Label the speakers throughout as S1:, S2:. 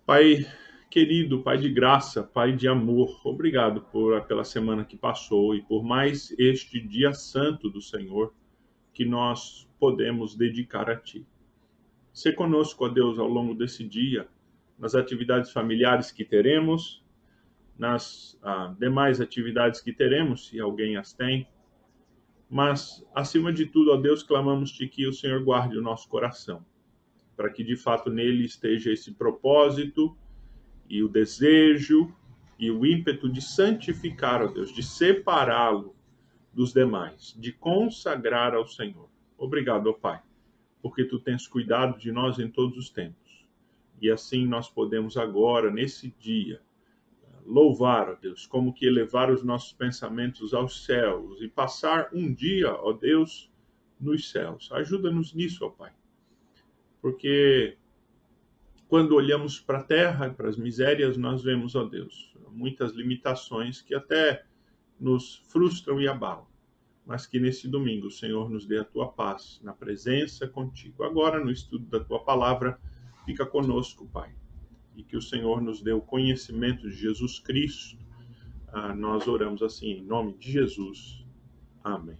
S1: Pai querido, Pai de graça, Pai de amor, obrigado pela semana que passou e por mais este dia santo do Senhor que nós podemos dedicar a Ti. Sê conosco, ó Deus, ao longo desse dia, nas atividades familiares que teremos, nas demais atividades que teremos, se alguém as tem, mas, acima de tudo, ó Deus, clamamos-te que o Senhor guarde o nosso coração, para que de fato nele esteja esse propósito e o desejo e o ímpeto de santificar, ó Deus, de separá-lo dos demais, de consagrar ao Senhor. Obrigado, ó Pai, porque tu tens cuidado de nós em todos os tempos. E assim nós podemos agora, nesse dia, louvar, ó Deus, como que elevar os nossos pensamentos aos céus e passar um dia, ó Deus, nos céus. Ajuda-nos nisso, ó Pai, porque quando olhamos para a terra e para as misérias, nós vemos, ó Deus, muitas limitações que até nos frustram e abalam, mas que nesse domingo o Senhor nos dê a tua paz, na presença contigo. Agora, no estudo da tua palavra, fica conosco, Pai, e que o Senhor nos dê o conhecimento de Jesus Cristo. Nós oramos assim, em nome de Jesus. Amém.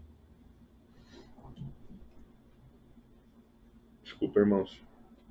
S1: Desculpa, irmãos.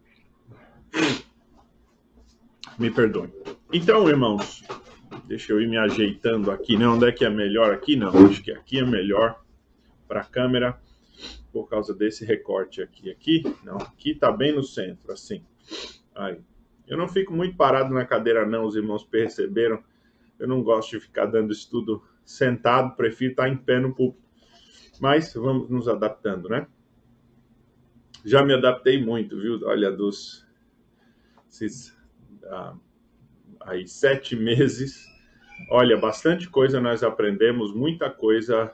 S1: Me perdoem. Então, irmãos, deixa eu ir me ajeitando aqui, né? Onde é que é melhor aqui? Não, acho que aqui é melhor para a câmera, por causa desse recorte aqui. Não, aqui tá bem no centro, assim. Aí. Eu não fico muito parado na cadeira, não, os irmãos perceberam. Eu não gosto de ficar dando estudo sentado, prefiro estar em pé no púlpito. Mas vamos nos adaptando, né? Já me adaptei muito, viu? Olha, aí 7 meses, olha, bastante coisa nós aprendemos, muita coisa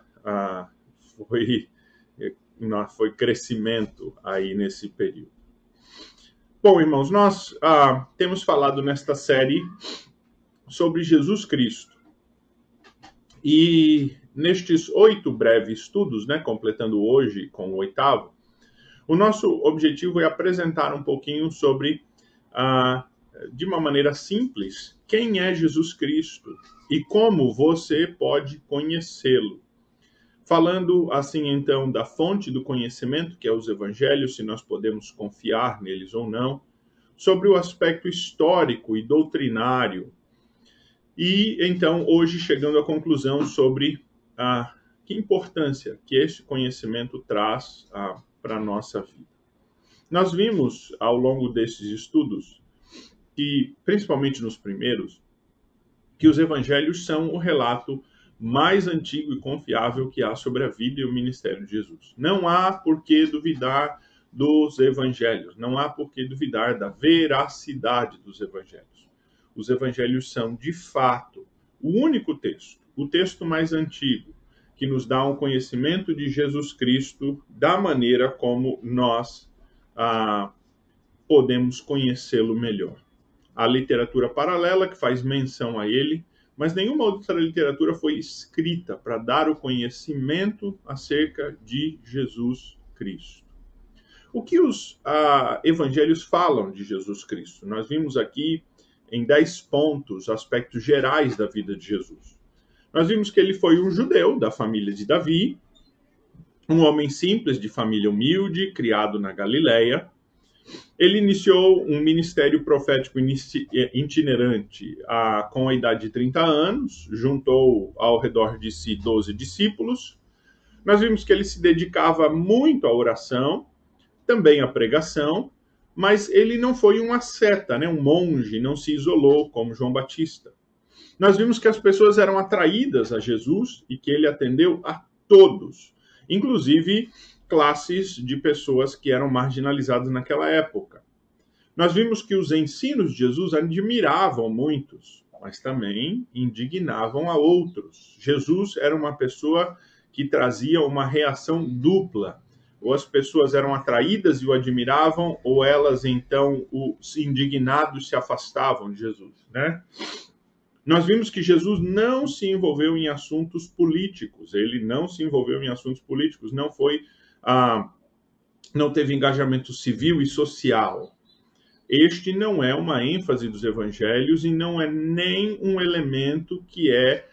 S1: foi crescimento aí nesse período. Bom, irmãos, nós temos falado nesta série sobre Jesus Cristo. E nestes 8 breves estudos, né, completando hoje com o 8º, o nosso objetivo é apresentar um pouquinho sobre, de uma maneira simples, quem é Jesus Cristo e como você pode conhecê-lo. Falando assim, então, da fonte do conhecimento, que é os evangelhos, se nós podemos confiar neles ou não, sobre o aspecto histórico e doutrinário, e então, hoje, chegando à conclusão sobre que importância que esse conhecimento traz para a nossa vida. Nós vimos, ao longo desses estudos, que, principalmente nos primeiros, que os evangelhos são o relato mais antigo e confiável que há sobre a vida e o ministério de Jesus. Não há por que duvidar dos evangelhos, não há por que duvidar da veracidade dos evangelhos. Os evangelhos são, de fato, o único texto, o texto mais antigo, que nos dá um conhecimento de Jesus Cristo da maneira como nós podemos conhecê-lo melhor. A literatura paralela que faz menção a ele, mas nenhuma outra literatura foi escrita para dar o conhecimento acerca de Jesus Cristo. O que os evangelhos falam de Jesus Cristo? Nós vimos aqui em 10 pontos, aspectos gerais da vida de Jesus. Nós vimos que ele foi um judeu da família de Davi, um homem simples, de família humilde, criado na Galileia. Ele iniciou um ministério profético itinerante com a idade de 30 anos, juntou ao redor de si 12 discípulos. Nós vimos que ele se dedicava muito à oração, também à pregação, mas ele não foi um asceta, né? Um monge, não se isolou como João Batista. Nós vimos que as pessoas eram atraídas a Jesus e que ele atendeu a todos, inclusive classes de pessoas que eram marginalizadas naquela época. Nós vimos que os ensinos de Jesus admiravam muitos, mas também indignavam a outros. Jesus era uma pessoa que trazia uma reação dupla. Ou as pessoas eram atraídas e o admiravam, ou elas, então, os indignados se afastavam de Jesus, né? Nós vimos que Jesus não se envolveu em assuntos políticos. Ele não se envolveu em assuntos políticos, não teve engajamento civil e social. Este não é uma ênfase dos evangelhos e não é nem um elemento que é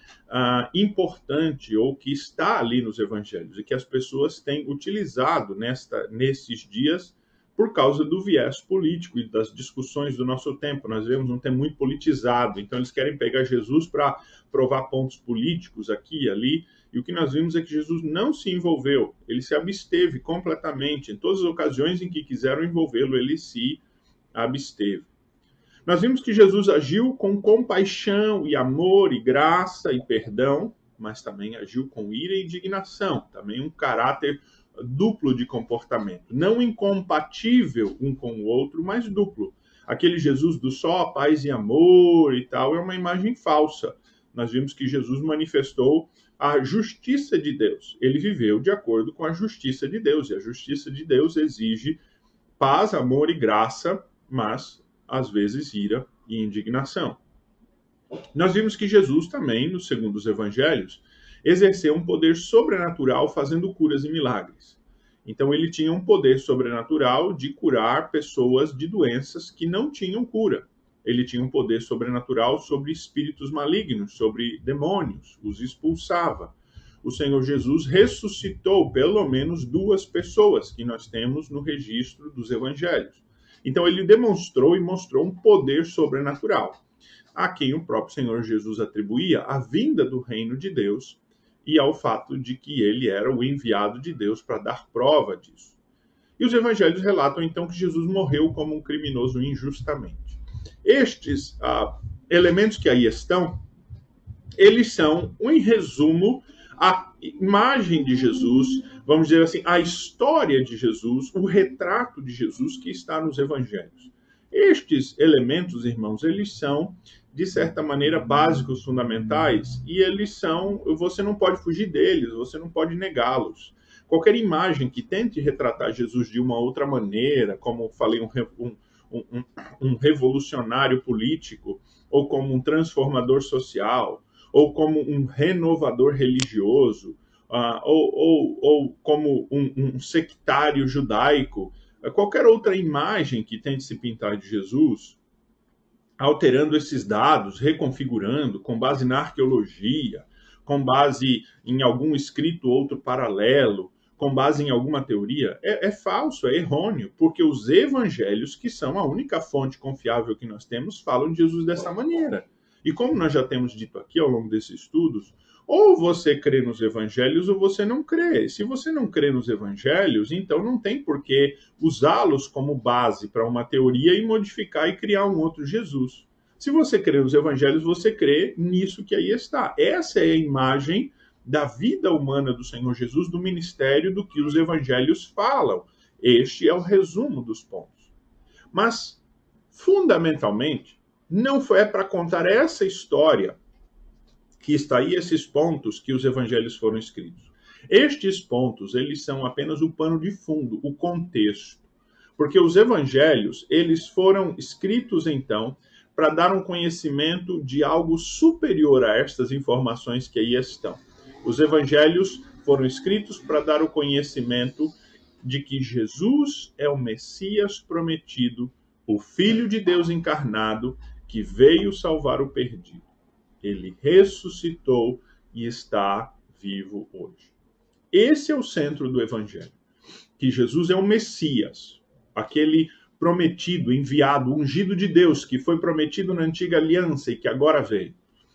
S1: importante ou que está ali nos evangelhos e que as pessoas têm utilizado nesses dias por causa do viés político e das discussões do nosso tempo. Nós vemos um tempo muito politizado, então eles querem pegar Jesus para provar pontos políticos aqui e ali, e o que nós vimos é que Jesus não se envolveu, ele se absteve completamente. Em todas as ocasiões em que quiseram envolvê-lo, ele se absteve. Nós vimos que Jesus agiu com compaixão e amor e graça e perdão, mas também agiu com ira e indignação, também um caráter duplo de comportamento, não incompatível um com o outro, mas duplo. Aquele Jesus do só paz e amor e tal é uma imagem falsa. Nós vimos que Jesus manifestou a justiça de Deus. Ele viveu de acordo com a justiça de Deus, e a justiça de Deus exige paz, amor e graça, mas às vezes ira e indignação. Nós vimos que Jesus também, segundo os evangelhos, exerceu um poder sobrenatural fazendo curas e milagres. Então ele tinha um poder sobrenatural de curar pessoas de doenças que não tinham cura. Ele tinha um poder sobrenatural sobre espíritos malignos, sobre demônios, os expulsava. O Senhor Jesus ressuscitou pelo menos 2 pessoas que nós temos no registro dos evangelhos. Então ele demonstrou e mostrou um poder sobrenatural, a quem o próprio Senhor Jesus atribuía a vinda do reino de Deus e ao fato de que ele era o enviado de Deus para dar prova disso. E os evangelhos relatam então que Jesus morreu como um criminoso injustamente. Estes elementos que aí estão, eles são, em resumo, a imagem de Jesus, vamos dizer assim, a história de Jesus, o retrato de Jesus que está nos evangelhos. Estes elementos, irmãos, eles são, de certa maneira, básicos, fundamentais, e eles são, você não pode fugir deles, você não pode negá-los. Qualquer imagem que tente retratar Jesus de uma outra maneira, como falei, um revolucionário político, ou como um transformador social, ou como um renovador religioso, ou como um sectário judaico, qualquer outra imagem que tente se pintar de Jesus, alterando esses dados, reconfigurando, com base na arqueologia, com base em algum escrito outro paralelo, com base em alguma teoria, é falso, é errôneo, porque os evangelhos, que são a única fonte confiável que nós temos, falam de Jesus dessa maneira. E como nós já temos dito aqui ao longo desses estudos, ou você crê nos evangelhos ou você não crê. Se você não crê nos evangelhos, então não tem por que usá-los como base para uma teoria e modificar e criar um outro Jesus. Se você crê nos evangelhos, você crê nisso que aí está. Essa é a imagem da vida humana do Senhor Jesus, do ministério, do que os evangelhos falam. Este é o resumo dos pontos. Mas, fundamentalmente, não é para contar essa história que está aí, esses pontos que os evangelhos foram escritos. Estes pontos, eles são apenas o pano de fundo, o contexto. Porque os evangelhos, eles foram escritos, então, para dar um conhecimento de algo superior a estas informações que aí estão. Os evangelhos foram escritos para dar o conhecimento de que Jesus é o Messias prometido, o Filho de Deus encarnado, que veio salvar o perdido. Ele ressuscitou e está vivo hoje. Esse é o centro do Evangelho. Que Jesus é o Messias, aquele prometido, enviado, ungido de Deus, que foi prometido na antiga aliança e que agora veio.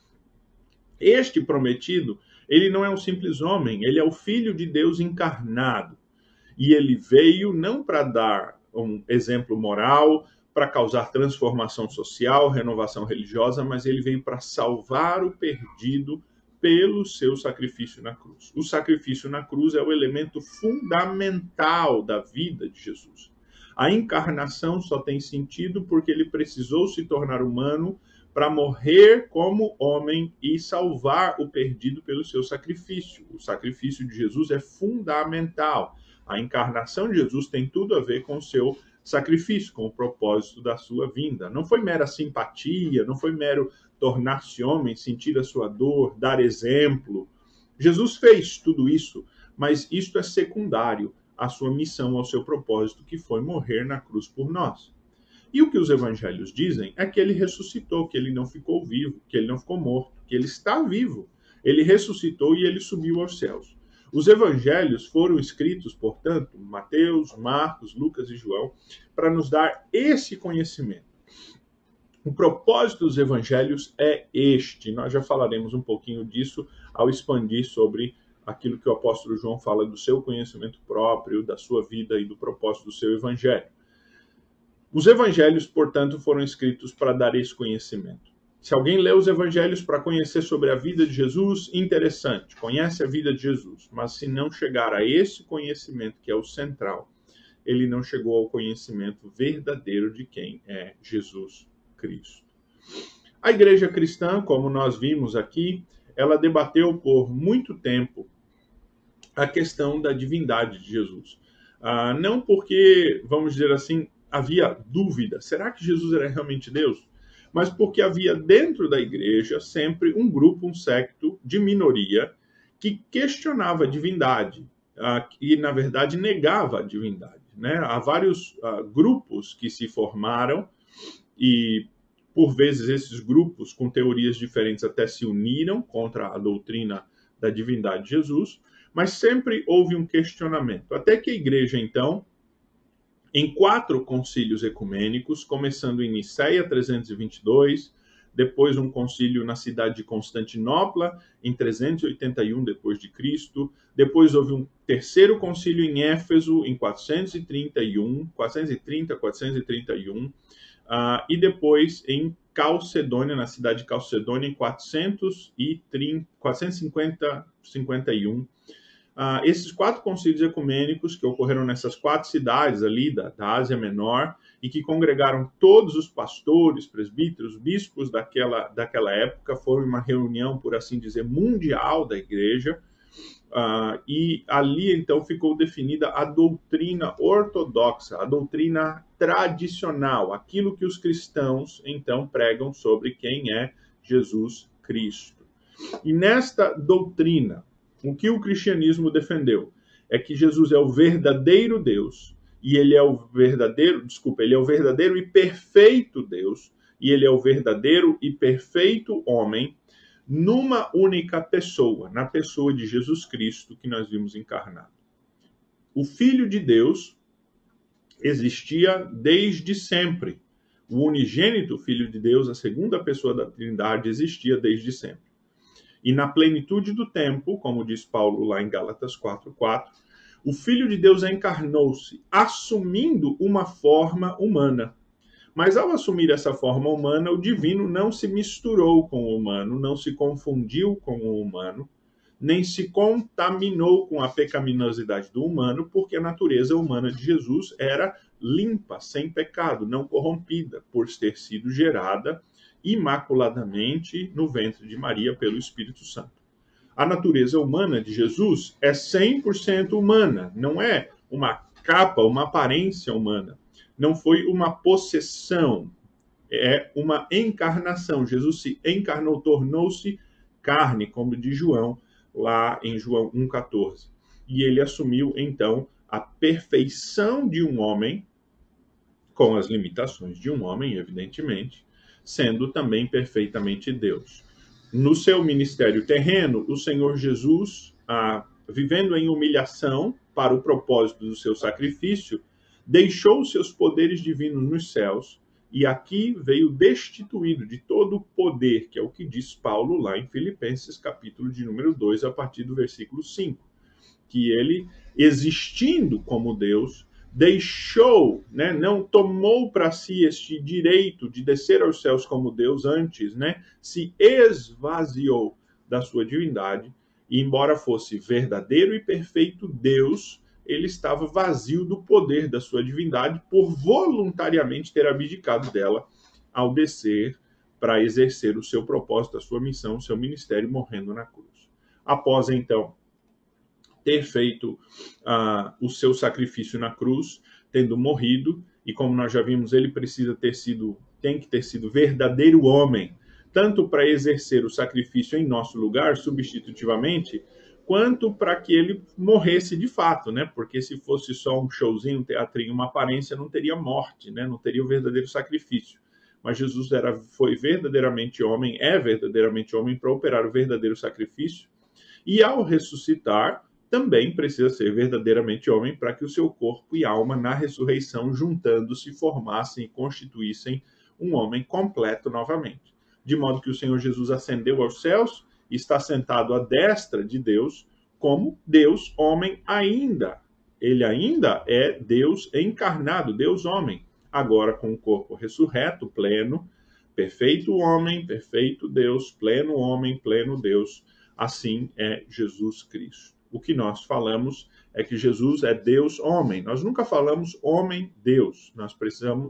S1: Este prometido, ele não é um simples homem, ele é o Filho de Deus encarnado. E ele veio não para dar um exemplo moral, para causar transformação social, renovação religiosa, mas ele veio para salvar o perdido pelo seu sacrifício na cruz. O sacrifício na cruz é o elemento fundamental da vida de Jesus. A encarnação só tem sentido porque ele precisou se tornar humano para morrer como homem e salvar o perdido pelo seu sacrifício. O sacrifício de Jesus é fundamental. A encarnação de Jesus tem tudo a ver com o seu sacrifício, com o propósito da sua vinda. Não foi mera simpatia, não foi mero tornar-se homem, sentir a sua dor, dar exemplo. Jesus fez tudo isso, mas isto é secundário à sua missão, ao seu propósito, que foi morrer na cruz por nós. E o que os evangelhos dizem é que ele ressuscitou, que ele não ficou vivo, que ele não ficou morto, que ele está vivo. Ele ressuscitou e ele subiu aos céus. Os evangelhos foram escritos, portanto, Mateus, Marcos, Lucas e João, para nos dar esse conhecimento. O propósito dos evangelhos é este. Nós já falaremos um pouquinho disso ao expandir sobre aquilo que o apóstolo João fala do seu conhecimento próprio, da sua vida e do propósito do seu evangelho. Os evangelhos, portanto, foram escritos para dar esse conhecimento. Se alguém lê os evangelhos para conhecer sobre a vida de Jesus, interessante, conhece a vida de Jesus. Mas se não chegar a esse conhecimento, que é o central, ele não chegou ao conhecimento verdadeiro de quem é Jesus Cristo. A igreja cristã, como nós vimos aqui, ela debateu por muito tempo a questão da divindade de Jesus. Não porque, vamos dizer assim, havia dúvida, será que Jesus era realmente Deus? Mas porque havia dentro da igreja sempre um grupo, um secto de minoria que questionava a divindade e, na verdade, negava a divindade. Né? Há vários grupos que se formaram e, por vezes, esses grupos com teorias diferentes até se uniram contra a doutrina da divindade de Jesus, mas sempre houve um questionamento. Até que a igreja, então, em 4 concílios ecumênicos, começando em Niceia 322, depois um concílio na cidade de Constantinopla, em 381 depois de Cristo, depois houve um terceiro concílio em Éfeso, em 431, e depois em Calcedônia, na cidade de Calcedônia, em 451. Esses 4 concílios ecumênicos que ocorreram nessas 4 cidades ali da Ásia Menor e que congregaram todos os pastores, presbíteros, bispos daquela época, foi uma reunião, por assim dizer, mundial da igreja, e ali então ficou definida a doutrina ortodoxa, a doutrina tradicional, aquilo que os cristãos então pregam sobre quem é Jesus Cristo. E nesta doutrina, o que o cristianismo defendeu é que Jesus é o verdadeiro Deus, e ele é o verdadeiro e perfeito Deus, e ele é o verdadeiro e perfeito homem, numa única pessoa, na pessoa de Jesus Cristo que nós vimos encarnado. O Filho de Deus existia desde sempre. O unigênito Filho de Deus, a segunda pessoa da Trindade, existia desde sempre. E na plenitude do tempo, como diz Paulo lá em Gálatas 4:4, o Filho de Deus encarnou-se, assumindo uma forma humana. Mas ao assumir essa forma humana, o divino não se misturou com o humano, não se confundiu com o humano, nem se contaminou com a pecaminosidade do humano, porque a natureza humana de Jesus era limpa, sem pecado, não corrompida, por ter sido gerada imaculadamente no ventre de Maria pelo Espírito Santo. A natureza humana de Jesus é 100% humana, não é uma capa, uma aparência humana. Não foi uma possessão, é uma encarnação. Jesus se encarnou, tornou-se carne, como diz João, lá em João 1,14. E ele assumiu, então, a perfeição de um homem, com as limitações de um homem, evidentemente, sendo também perfeitamente Deus. No seu ministério terreno, o Senhor Jesus, vivendo em humilhação para o propósito do seu sacrifício, deixou seus poderes divinos nos céus e aqui veio destituído de todo o poder, que é o que diz Paulo lá em Filipenses, capítulo de número 2, a partir do versículo 5, que ele, existindo como Deus, deixou, não tomou para si este direito de descer aos céus como Deus antes, se esvaziou da sua divindade e, embora fosse verdadeiro e perfeito Deus, ele estava vazio do poder da sua divindade por voluntariamente ter abdicado dela ao descer para exercer o seu propósito, a sua missão, o seu ministério, morrendo na cruz. Após, então, ter feito o seu sacrifício na cruz, tendo morrido, e como nós já vimos, ele tem que ter sido verdadeiro homem, tanto para exercer o sacrifício em nosso lugar, substitutivamente, quanto para que ele morresse de fato, né? Porque se fosse só um showzinho, um teatrinho, uma aparência, não teria morte, né? Não teria o verdadeiro sacrifício. Mas Jesus foi verdadeiramente homem, é verdadeiramente homem para operar o verdadeiro sacrifício. E ao ressuscitar, também precisa ser verdadeiramente homem para que o seu corpo e alma, na ressurreição, juntando-se, formassem e constituíssem um homem completo novamente. De modo que o Senhor Jesus ascendeu aos céus e está sentado à destra de Deus como Deus homem ainda. Ele ainda é Deus encarnado, Deus homem, agora com o corpo ressurreto, pleno, perfeito homem, perfeito Deus, pleno homem, pleno Deus. Assim é Jesus Cristo. O que nós falamos é que Jesus é Deus homem. Nós nunca falamos homem-Deus. Nós precisamos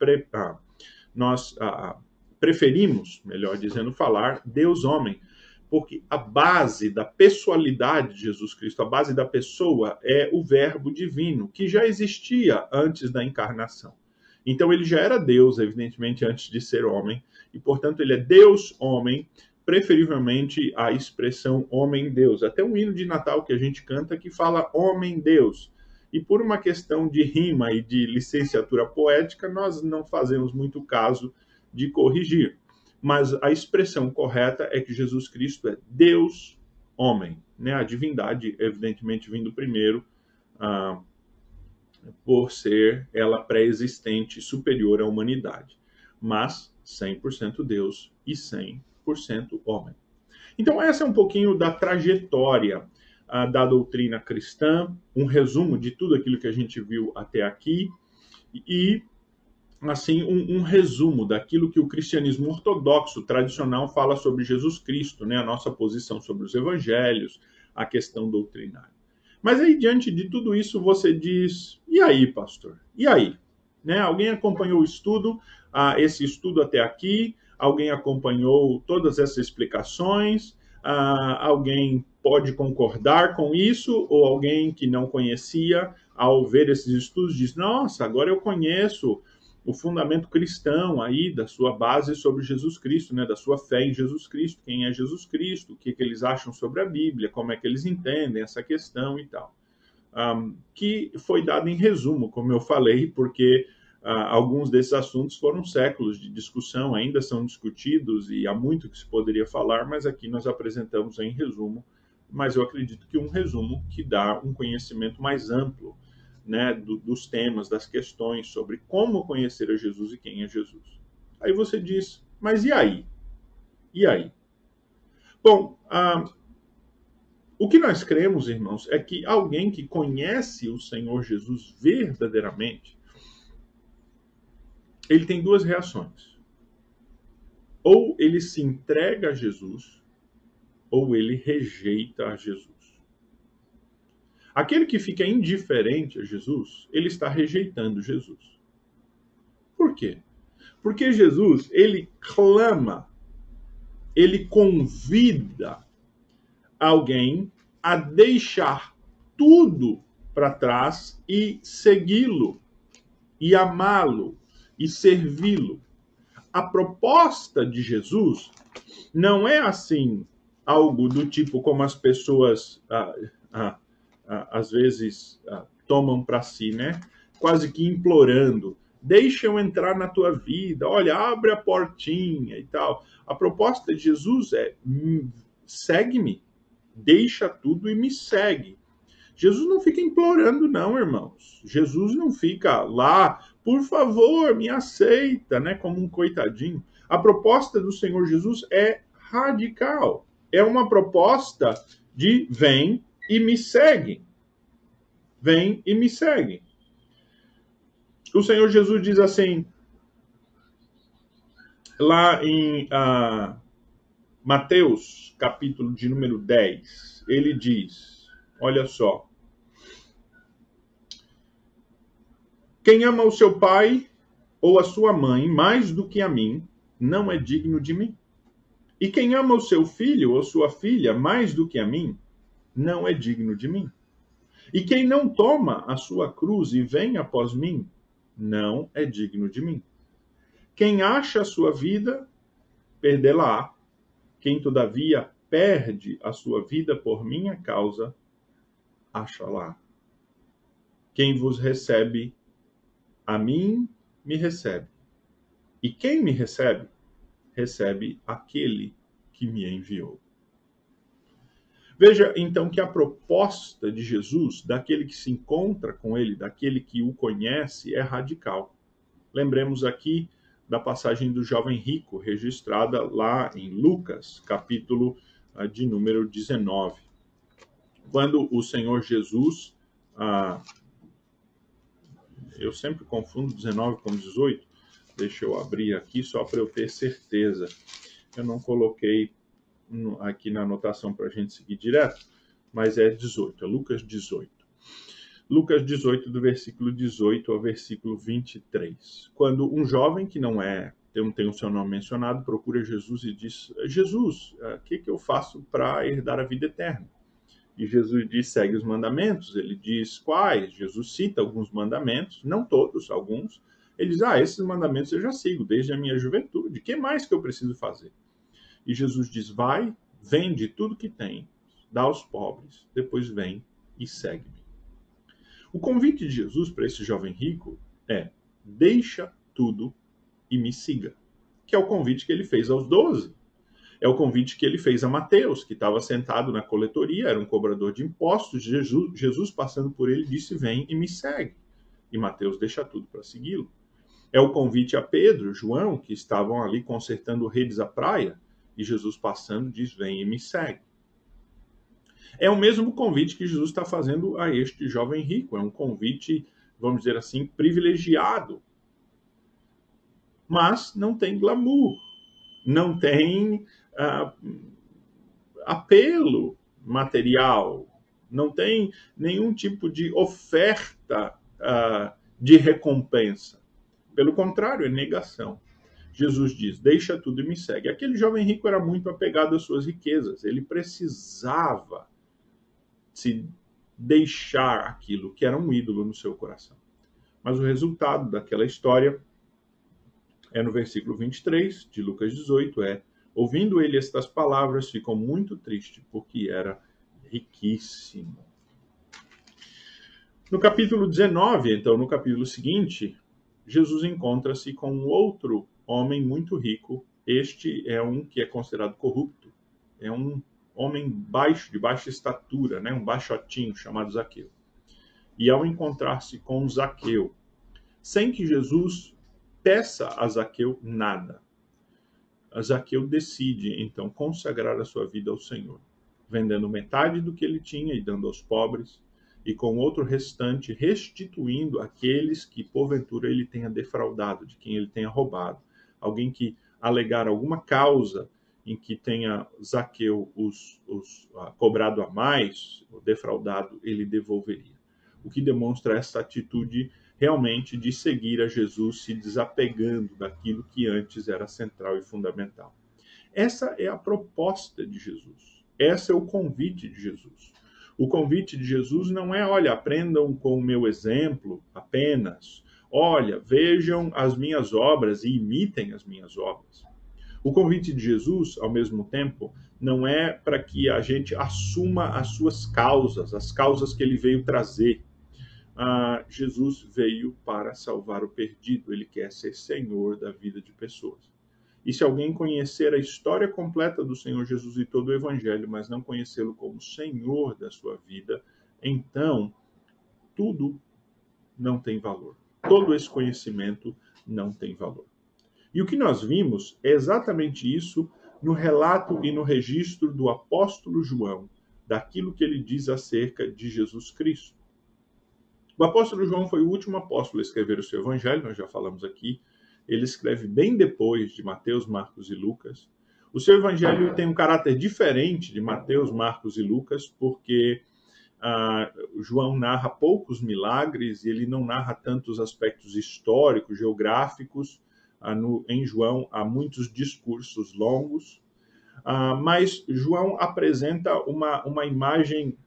S1: preferimos, melhor dizendo, falar Deus homem, porque a base da pessoalidade de Jesus Cristo, a base da pessoa é o verbo divino, que já existia antes da encarnação. Então ele já era Deus, evidentemente, antes de ser homem, e portanto ele é Deus homem, preferivelmente a expressão homem-Deus. Até um hino de Natal que a gente canta que fala homem-Deus. E por uma questão de rima e de licenciatura poética, nós não fazemos muito caso de corrigir. Mas a expressão correta é que Jesus Cristo é Deus homem, né? A divindade, evidentemente, vindo primeiro, por ser ela pré-existente, superior à humanidade. Mas 100% Deus e 100% homem. Então, essa é um pouquinho da trajetória da doutrina cristã, um resumo de tudo aquilo que a gente viu até aqui e, assim, um resumo daquilo que o cristianismo ortodoxo tradicional fala sobre Jesus Cristo, né? A nossa posição sobre os evangelhos, a questão doutrinária. Mas aí, diante de tudo isso, você diz, e aí, pastor? E aí? Né? Alguém acompanhou o estudo, esse estudo até aqui? Alguém acompanhou todas essas explicações? Alguém pode concordar com isso? Ou alguém que não conhecia, ao ver esses estudos, diz, nossa, agora eu conheço o fundamento cristão aí da sua base sobre Jesus Cristo, né, da sua fé em Jesus Cristo, quem é Jesus Cristo, o que eles acham sobre a Bíblia, como é que eles entendem essa questão e tal. Que foi dado em resumo, como eu falei, porque alguns desses assuntos foram séculos de discussão, ainda são discutidos e há muito que se poderia falar, mas aqui nós apresentamos em resumo, mas eu acredito que um resumo que dá um conhecimento mais amplo, né, dos temas, das questões sobre como conhecer a Jesus e quem é Jesus. Aí você diz, mas e aí? E aí? Bom, o que nós cremos, irmãos, é que alguém que conhece o Senhor Jesus verdadeiramente, ele tem duas reações. Ou ele se entrega a Jesus, ou ele rejeita a Jesus. Aquele que fica indiferente a Jesus, ele está rejeitando Jesus. Por quê? Porque Jesus, ele clama, ele convida alguém a deixar tudo para trás e segui-lo, e amá-lo, e servi-lo. A proposta de Jesus não é assim, algo do tipo como as pessoas às vezes tomam para si, né? Quase que implorando, deixa eu entrar na tua vida, olha, abre a portinha e tal. A proposta de Jesus é, segue-me, deixa tudo e me segue. Jesus não fica implorando, não, irmãos. Jesus não fica lá, por favor, me aceita, né? Como um coitadinho. A proposta do Senhor Jesus é radical. É uma proposta de vem e me segue. Vem e me segue. O Senhor Jesus diz assim, lá em Mateus, capítulo de número 10, ele diz, olha só, quem ama o seu pai ou a sua mãe mais do que a mim, não é digno de mim. E quem ama o seu filho ou sua filha mais do que a mim, não é digno de mim. E quem não toma a sua cruz e vem após mim, não é digno de mim. Quem acha a sua vida, perdê-la-á. Quem, todavia, perde a sua vida por minha causa, acha-la. Quem vos recebe, a mim me recebe. E quem me recebe, recebe aquele que me enviou. Veja, então, que a proposta de Jesus, daquele que se encontra com ele, daquele que o conhece, é radical. Lembremos aqui da passagem do jovem rico, registrada lá em Lucas, capítulo de número 19. Quando o Senhor Jesus, eu sempre confundo 19 com 18, deixa eu abrir aqui só para eu ter certeza. Eu não coloquei aqui na anotação para a gente seguir direto, mas é 18, é Lucas 18. Lucas 18, do versículo 18 ao versículo 23. Quando um jovem que não tem o seu nome mencionado, procura Jesus e diz: Jesus, o que eu faço para herdar a vida eterna? E Jesus diz: segue os mandamentos. Ele diz: quais? Jesus cita alguns mandamentos, não todos, alguns. Ele diz: esses mandamentos eu já sigo desde a minha juventude. O que mais que eu preciso fazer? E Jesus diz: vai, vende tudo que tem, dá aos pobres, depois vem e segue-me. O convite de Jesus para esse jovem rico é: deixa tudo e me siga. Que é o convite que ele fez aos 12. É o convite que ele fez a Mateus, que estava sentado na coletoria, era um cobrador de impostos. Jesus passando por ele, disse: vem e me segue. E Mateus deixa tudo para segui-lo. É o convite a Pedro, João, que estavam ali consertando redes à praia, e Jesus passando diz: vem e me segue. É o mesmo convite que Jesus está fazendo a este jovem rico. É um convite, vamos dizer assim, privilegiado. Mas não tem glamour, não tem apelo material, não tem nenhum tipo de oferta de recompensa. Pelo contrário, é negação. Jesus diz: deixa tudo e me segue. Aquele jovem rico era muito apegado às suas riquezas. Ele precisava se deixar aquilo que era um ídolo no seu coração. Mas o resultado daquela história é no versículo 23 de Lucas 18, ouvindo ele estas palavras, ficou muito triste, porque era riquíssimo. No capítulo 19, então, no capítulo seguinte, Jesus encontra-se com um outro homem muito rico. Este é um que é considerado corrupto. É um homem baixo, de baixa estatura, né? Um baixotinho chamado Zaqueu. E ao encontrar-se com Zaqueu, sem que Jesus peça a Zaqueu nada, Zaqueu decide, então, consagrar a sua vida ao Senhor, vendendo metade do que ele tinha e dando aos pobres, e com outro restante restituindo aqueles que, porventura, ele tenha defraudado, de quem ele tenha roubado. Alguém que alegar alguma causa em que tenha Zaqueu cobrado a mais, ou defraudado, ele devolveria. O que demonstra essa atitude realmente de seguir a Jesus, se desapegando daquilo que antes era central e fundamental. Essa é a proposta de Jesus. Esse é o convite de Jesus. O convite de Jesus não é: olha, aprendam com o meu exemplo apenas. Olha, vejam as minhas obras e imitem as minhas obras. O convite de Jesus, ao mesmo tempo, não é para que a gente assuma as suas causas, as causas que ele veio trazer. Jesus veio para salvar o perdido. Ele quer ser Senhor da vida de pessoas. E se alguém conhecer a história completa do Senhor Jesus e todo o Evangelho, mas não conhecê-lo como Senhor da sua vida, então tudo não tem valor. Todo esse conhecimento não tem valor. E o que nós vimos é exatamente isso no relato e no registro do apóstolo João, daquilo que ele diz acerca de Jesus Cristo. O apóstolo João foi o último apóstolo a escrever o seu evangelho, nós já falamos aqui. Ele escreve bem depois de Mateus, Marcos e Lucas. O seu evangelho tem um caráter diferente de Mateus, Marcos e Lucas, porque João narra poucos milagres e ele não narra tantos aspectos históricos, geográficos. Em João há muitos discursos longos, mas João apresenta uma imagem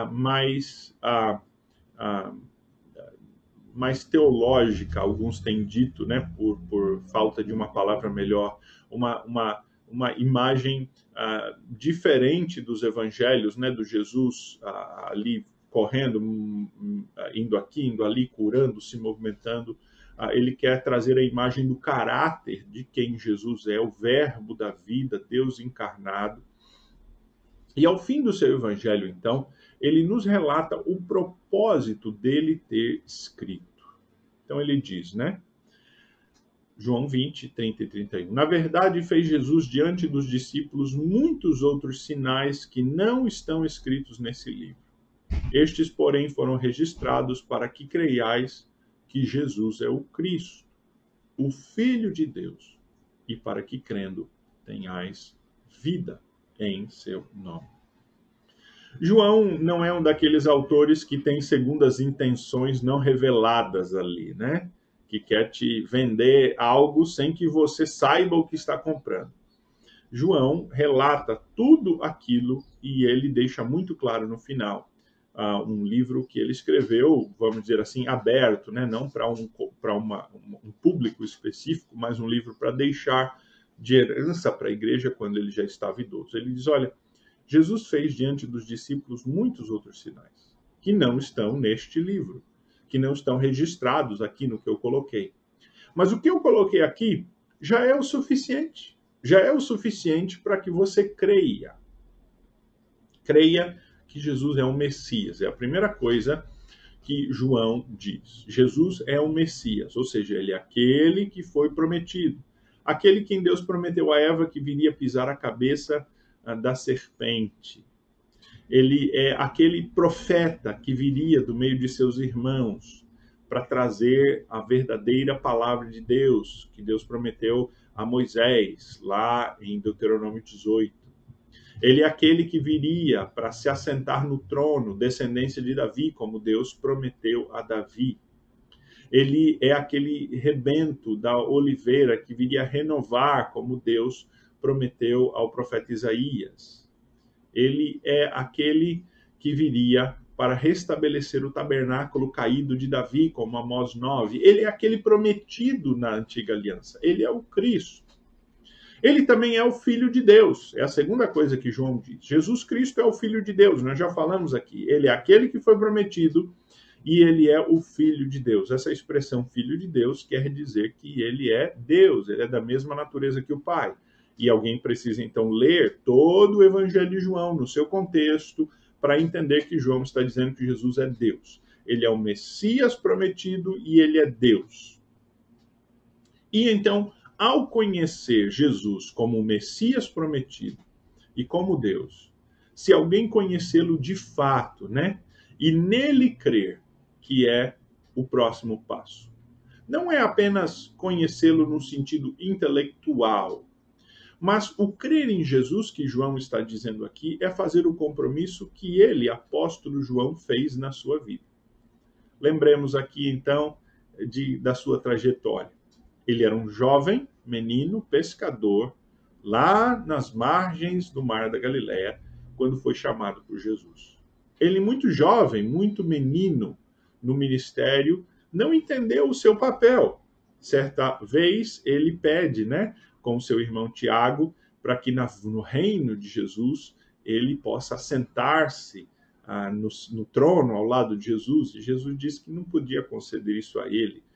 S1: mais teológica, alguns têm dito, né, por falta de uma palavra melhor, uma uma imagem diferente dos evangelhos, né, do Jesus ali correndo, indo aqui, indo ali, curando, se movimentando. Ele quer trazer a imagem do caráter de quem Jesus é, o verbo da vida, Deus encarnado. E ao fim do seu evangelho, então, ele nos relata o propósito dele ter escrito. Então ele diz, né? João 20, 30 e 31. Na verdade, fez Jesus diante dos discípulos muitos outros sinais que não estão escritos nesse livro. Estes, porém, foram registrados para que creiais que Jesus é o Cristo, o Filho de Deus, e para que, crendo, tenhais vida em seu nome. João não é um daqueles autores que tem segundas intenções não reveladas ali, né? Que quer te vender algo sem que você saiba o que está comprando. João relata tudo aquilo e ele deixa muito claro no final. Um livro que ele escreveu, vamos dizer assim, aberto, né? Não para um público específico, mas um livro para deixar de herança para a igreja quando ele já estava idoso. Ele diz, olha, Jesus fez diante dos discípulos muitos outros sinais que não estão neste livro, que não estão registrados aqui no que eu coloquei. Mas o que eu coloquei aqui já é o suficiente. Já é o suficiente para que você creia. Creia que Jesus é o Messias. É a primeira coisa que João diz. Jesus é o Messias, ou seja, ele é aquele que foi prometido. Aquele quem Deus prometeu a Eva que viria pisar a cabeça da serpente. Ele é aquele profeta que viria do meio de seus irmãos para trazer a verdadeira palavra de Deus, que Deus prometeu a Moisés, lá em Deuteronômio 18. Ele é aquele que viria para se assentar no trono, descendência de Davi, como Deus prometeu a Davi. Ele é aquele rebento da oliveira que viria renovar, como Deus prometeu ao profeta Isaías. Ele é aquele que viria para restabelecer o tabernáculo caído de Davi, como Amós 9. Ele é aquele prometido na antiga aliança. Ele é o Cristo. Ele também é o Filho de Deus. É a segunda coisa que João diz. Jesus Cristo é o Filho de Deus. Nós já falamos aqui. Ele é aquele que foi prometido e ele é o Filho de Deus. Essa expressão Filho de Deus quer dizer que ele é Deus. Ele é da mesma natureza que o Pai. E alguém precisa, então, ler todo o Evangelho de João no seu contexto para entender que João está dizendo que Jesus é Deus. Ele é o Messias prometido e ele é Deus. E, então, ao conhecer Jesus como o Messias prometido e como Deus, se alguém conhecê-lo de fato, né, e nele crer, que é o próximo passo. Não é apenas conhecê-lo no sentido intelectual, mas o crer em Jesus, que João está dizendo aqui, é fazer o compromisso que ele, apóstolo João, fez na sua vida. Lembremos aqui, então, da sua trajetória. Ele era um jovem menino pescador lá nas margens do Mar da Galileia, quando foi chamado por Jesus. Ele, muito jovem, muito menino no ministério, não entendeu o seu papel. Certa vez ele pede, né, com seu irmão Tiago, para que no reino de Jesus ele possa sentar-se no trono ao lado de Jesus. E Jesus disse que não podia conceder isso a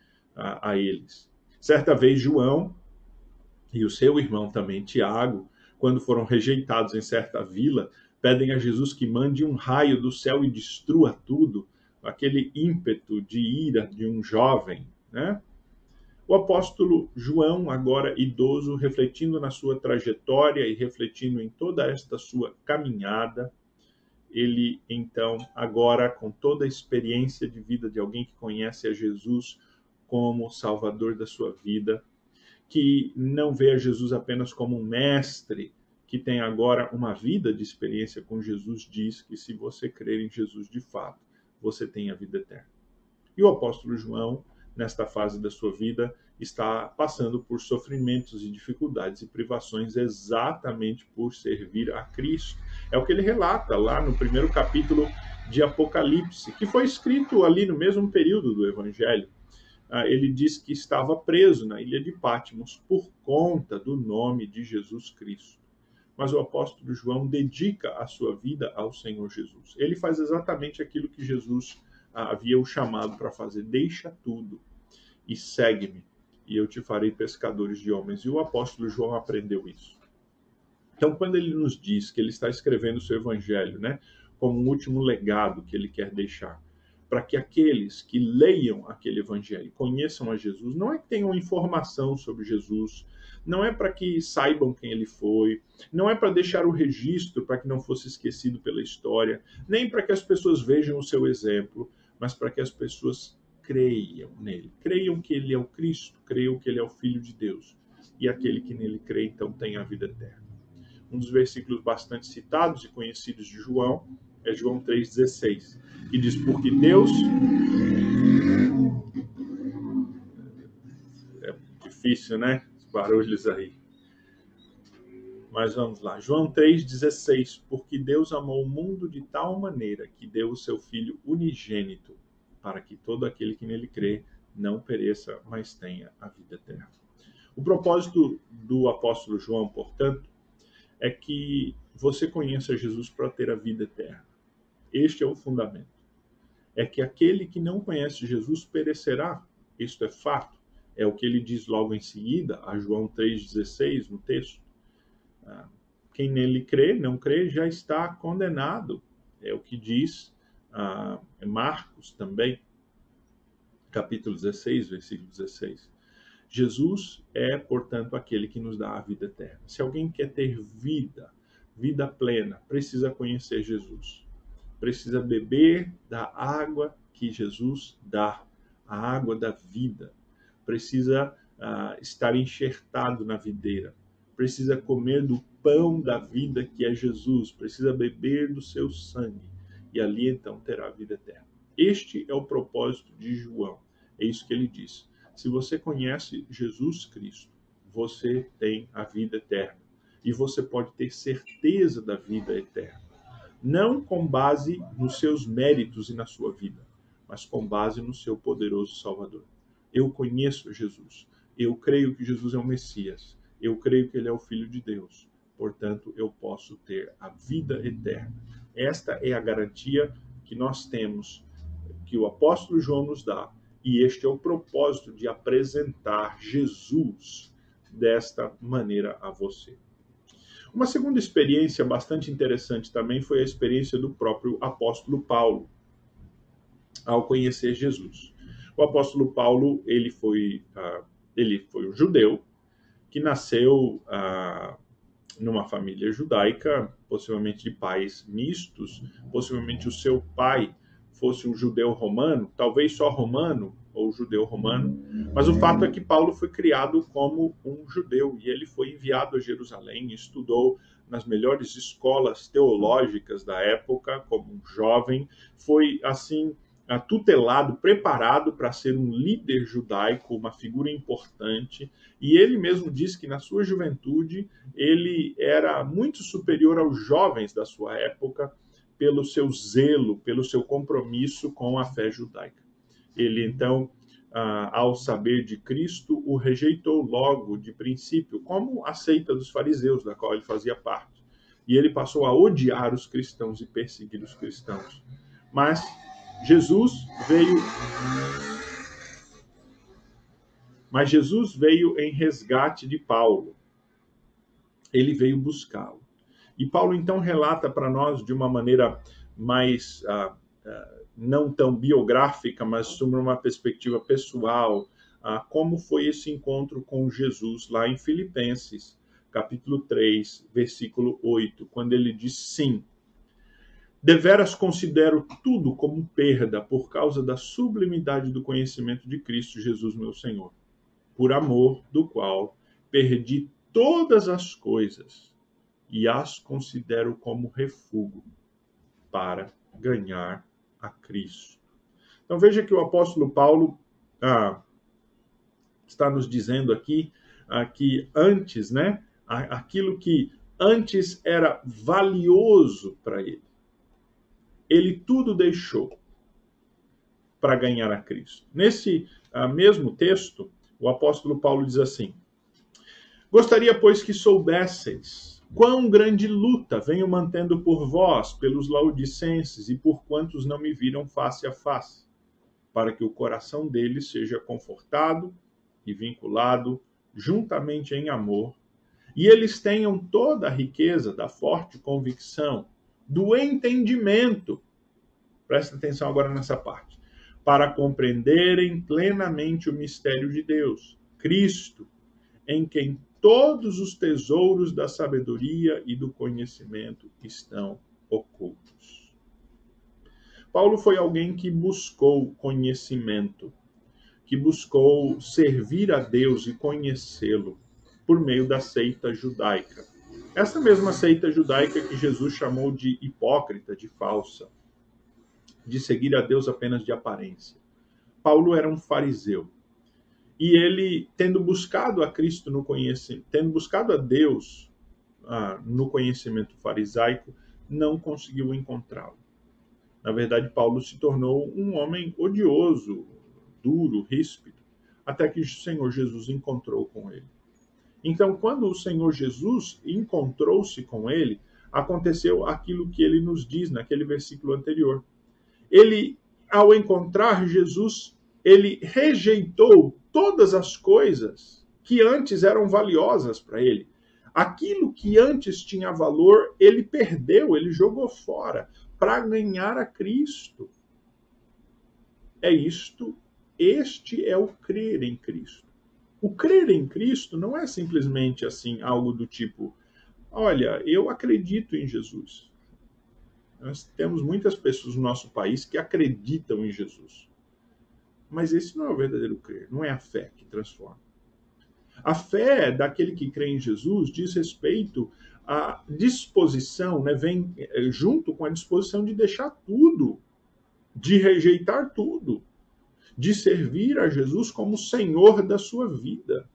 S1: eles. Certa vez João e o seu irmão também Tiago, quando foram rejeitados em certa vila, pedem a Jesus que mande um raio do céu e destrua tudo, aquele ímpeto de ira de um jovem, né? O apóstolo João, agora idoso, refletindo na sua trajetória e refletindo em toda esta sua caminhada, ele, então, agora, com toda a experiência de vida de alguém que conhece a Jesus como Salvador da sua vida, que não vê a Jesus apenas como um mestre, que tem agora uma vida de experiência com Jesus, diz que se você crer em Jesus de fato, você tem a vida eterna. E o apóstolo João, nesta fase da sua vida, está passando por sofrimentos e dificuldades e privações exatamente por servir a Cristo. É o que ele relata lá no primeiro capítulo de Apocalipse, que foi escrito ali no mesmo período do Evangelho. ele diz que estava preso na ilha de Patmos por conta do nome de Jesus Cristo. Mas o apóstolo João dedica a sua vida ao Senhor Jesus. Ele faz exatamente aquilo que Jesus havia o chamado para fazer. Deixa tudo e segue-me, e eu te farei pescadores de homens. E o apóstolo João aprendeu isso. Então, quando ele nos diz que ele está escrevendo o seu evangelho, né, como um último legado que ele quer deixar, para que aqueles que leiam aquele evangelho conheçam a Jesus, não é que tenham informação sobre Jesus, não é para que saibam quem ele foi, não é para deixar o registro para que não fosse esquecido pela história, nem para que as pessoas vejam o seu exemplo, mas para que as pessoas creiam nele, creiam que ele é o Cristo, creiam que ele é o Filho de Deus, e aquele que nele crê, então, tem a vida eterna. Um dos versículos bastante citados e conhecidos de João é João 3,16, que diz, porque Deus... É difícil, né? Os barulhos aí. Mas vamos lá. João 3,16, porque Deus amou o mundo de tal maneira que deu o seu Filho unigênito, para que todo aquele que nele crê não pereça, mas tenha a vida eterna. O propósito do apóstolo João, portanto, é que você conheça Jesus para ter a vida eterna. Este é o fundamento. É que aquele que não conhece Jesus perecerá. Isto é fato. É o que ele diz logo em seguida, a João 3,16, no texto. Quem nele crê, não crê, já está condenado. É o que diz Marcos também, capítulo 16, versículo 16. Jesus é, portanto, aquele que nos dá a vida eterna. Se alguém quer ter vida plena, precisa conhecer Jesus. Precisa beber da água que Jesus dá, a água da vida. Precisa estar enxertado na videira. Precisa comer do pão da vida que é Jesus. Precisa beber do seu sangue. E ali, então, terá a vida eterna. Este é o propósito de João. É isso que ele diz. Se você conhece Jesus Cristo, você tem a vida eterna. E você pode ter certeza da vida eterna. Não com base nos seus méritos e na sua vida, mas com base no seu poderoso Salvador. Eu conheço Jesus. Eu creio que Jesus é o Messias. Eu creio que ele é o Filho de Deus. Portanto, eu posso ter a vida eterna. Esta é a garantia que nós temos, que o apóstolo João nos dá. E este é o propósito de apresentar Jesus desta maneira a você. Uma segunda experiência bastante interessante também foi a experiência do próprio apóstolo Paulo ao conhecer Jesus. O apóstolo Paulo, ele foi um judeu que nasceu numa família judaica, possivelmente de pais mistos, possivelmente o seu pai fosse um judeu romano, talvez só romano ou judeu romano, mas o fato é que Paulo foi criado como um judeu e ele foi enviado a Jerusalém, estudou nas melhores escolas teológicas da época como um jovem, foi assim tutelado, preparado para ser um líder judaico, uma figura importante, e ele mesmo diz que na sua juventude ele era muito superior aos jovens da sua época pelo seu zelo, pelo seu compromisso com a fé judaica. Ele, então, ao saber de Cristo, o rejeitou logo de princípio, como a seita dos fariseus, da qual ele fazia parte. E ele passou a odiar os cristãos e perseguir os cristãos. Mas Jesus veio em resgate de Paulo. Ele veio buscá-lo. E Paulo, então, relata para nós de uma maneira mais não tão biográfica, mas sobre uma perspectiva pessoal, como foi esse encontro com Jesus lá em Filipenses, capítulo 3, versículo 8, quando ele diz: sim, deveras considero tudo como perda por causa da sublimidade do conhecimento de Cristo Jesus, meu Senhor, por amor do qual perdi todas as coisas e as considero como refúgio para ganhar a Cristo. Então veja que o apóstolo Paulo está nos dizendo aqui que antes, né, aquilo que antes era valioso para ele tudo deixou para ganhar a Cristo. Nesse mesmo texto, o apóstolo Paulo diz assim: gostaria, pois, que soubesseis quão grande luta venho mantendo por vós, pelos laodicenses e por quantos não me viram face a face, para que o coração deles seja confortado e vinculado juntamente em amor, e eles tenham toda a riqueza da forte convicção, do entendimento. Presta atenção agora nessa parte. Para compreenderem plenamente o mistério de Deus, Cristo, em quem todos os tesouros da sabedoria e do conhecimento estão ocultos. Paulo foi alguém que buscou conhecimento, que buscou servir a Deus e conhecê-lo por meio da seita judaica. Essa mesma seita judaica que Jesus chamou de hipócrita, de falsa, de seguir a Deus apenas de aparência. Paulo era um fariseu. E ele, tendo buscado a Cristo no conhecimento, tendo buscado a Deus no conhecimento farisaico, não conseguiu encontrá-lo. Na verdade, Paulo se tornou um homem odioso, duro, ríspido, até que o Senhor Jesus encontrou com ele. Então, quando o Senhor Jesus encontrou-se com ele, aconteceu aquilo que ele nos diz naquele versículo anterior. Ele, ao encontrar Jesus, ele rejeitou todas as coisas que antes eram valiosas para ele. Aquilo que antes tinha valor, ele perdeu, ele jogou fora para ganhar a Cristo. Este é o crer em Cristo. O crer em Cristo não é simplesmente assim, algo do tipo, olha, eu acredito em Jesus. Nós temos muitas pessoas no nosso país que acreditam em Jesus. Mas esse não é o verdadeiro crer, não é a fé que transforma. A fé daquele que crê em Jesus diz respeito à disposição, né, vem junto com a disposição de deixar tudo, de rejeitar tudo, de servir a Jesus como Senhor da sua vida.